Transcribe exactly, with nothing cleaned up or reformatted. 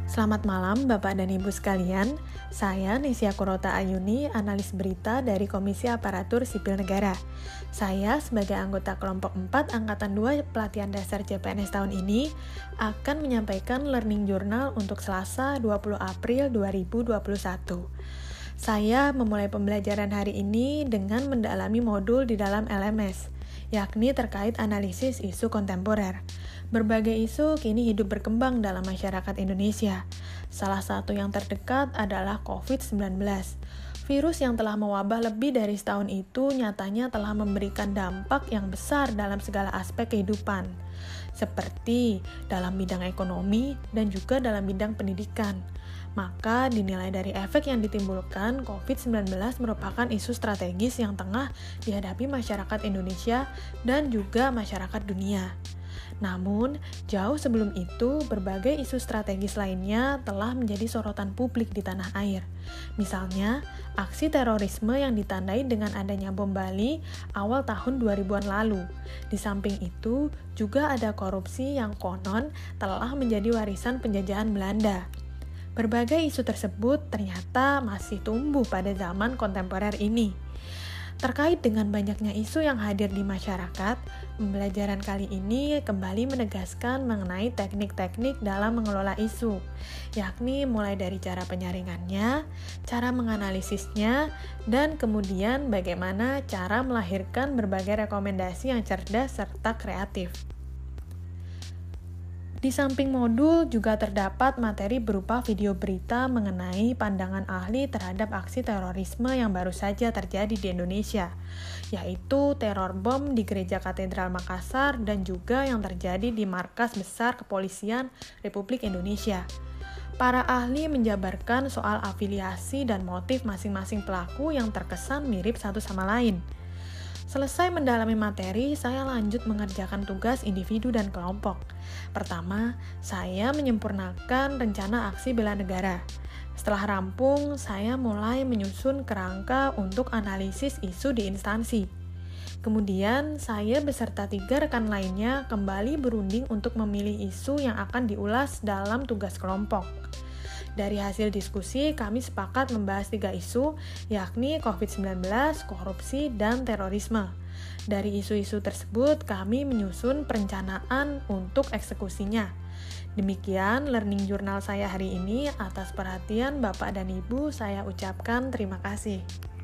Selamat malam Bapak dan Ibu sekalian, saya Nesia Kurota Ayuni, analis berita dari Komisi Aparatur Sipil Negara. Saya sebagai anggota kelompok empat Angkatan dua Pelatihan Dasar C P N S tahun ini akan menyampaikan Learning Journal untuk Selasa dua puluh April dua ribu dua puluh satu. Saya memulai pembelajaran hari ini dengan mendalami modul di dalam L M S, yakni terkait analisis isu kontemporer. Berbagai isu kini hidup berkembang dalam masyarakat Indonesia. Salah satu yang terdekat adalah covid sembilan belas. Virus yang telah mewabah lebih dari setahun itu nyatanya telah memberikan dampak yang besar dalam segala aspek kehidupan, seperti dalam bidang ekonomi dan juga dalam bidang pendidikan. Maka dinilai dari efek yang ditimbulkan, covid sembilan belas merupakan isu strategis yang tengah dihadapi masyarakat Indonesia dan juga masyarakat dunia. Namun, jauh sebelum itu, berbagai isu strategis lainnya telah menjadi sorotan publik di tanah air. Misalnya, aksi terorisme yang ditandai dengan adanya bom Bali awal tahun dua ribuan lalu. Di samping itu, juga ada korupsi yang konon telah menjadi warisan penjajahan Belanda. Berbagai isu tersebut ternyata masih tumbuh pada zaman kontemporer ini. Terkait dengan banyaknya isu yang hadir di masyarakat, pembelajaran kali ini kembali menegaskan mengenai teknik-teknik dalam mengelola isu, yakni mulai dari cara penyaringannya, cara menganalisisnya, dan kemudian bagaimana cara melahirkan berbagai rekomendasi yang cerdas serta kreatif. Di samping modul juga terdapat materi berupa video berita mengenai pandangan ahli terhadap aksi terorisme yang baru saja terjadi di Indonesia, yaitu teror bom di Gereja Katedral Makassar dan juga yang terjadi di Markas Besar Kepolisian Republik Indonesia. Para ahli menjabarkan soal afiliasi dan motif masing-masing pelaku yang terkesan mirip satu sama lain. Selesai mendalami materi, saya lanjut mengerjakan tugas individu dan kelompok. Pertama, saya menyempurnakan rencana aksi bela negara. Setelah rampung, saya mulai menyusun kerangka untuk analisis isu di instansi. Kemudian, saya beserta tiga rekan lainnya kembali berunding untuk memilih isu yang akan diulas dalam tugas kelompok. Dari hasil diskusi, kami sepakat membahas tiga isu, yakni covid sembilan belas, korupsi, dan terorisme. Dari isu-isu tersebut, kami menyusun perencanaan untuk eksekusinya. Demikian learning journal saya hari ini. Atas perhatian Bapak dan Ibu, saya ucapkan terima kasih.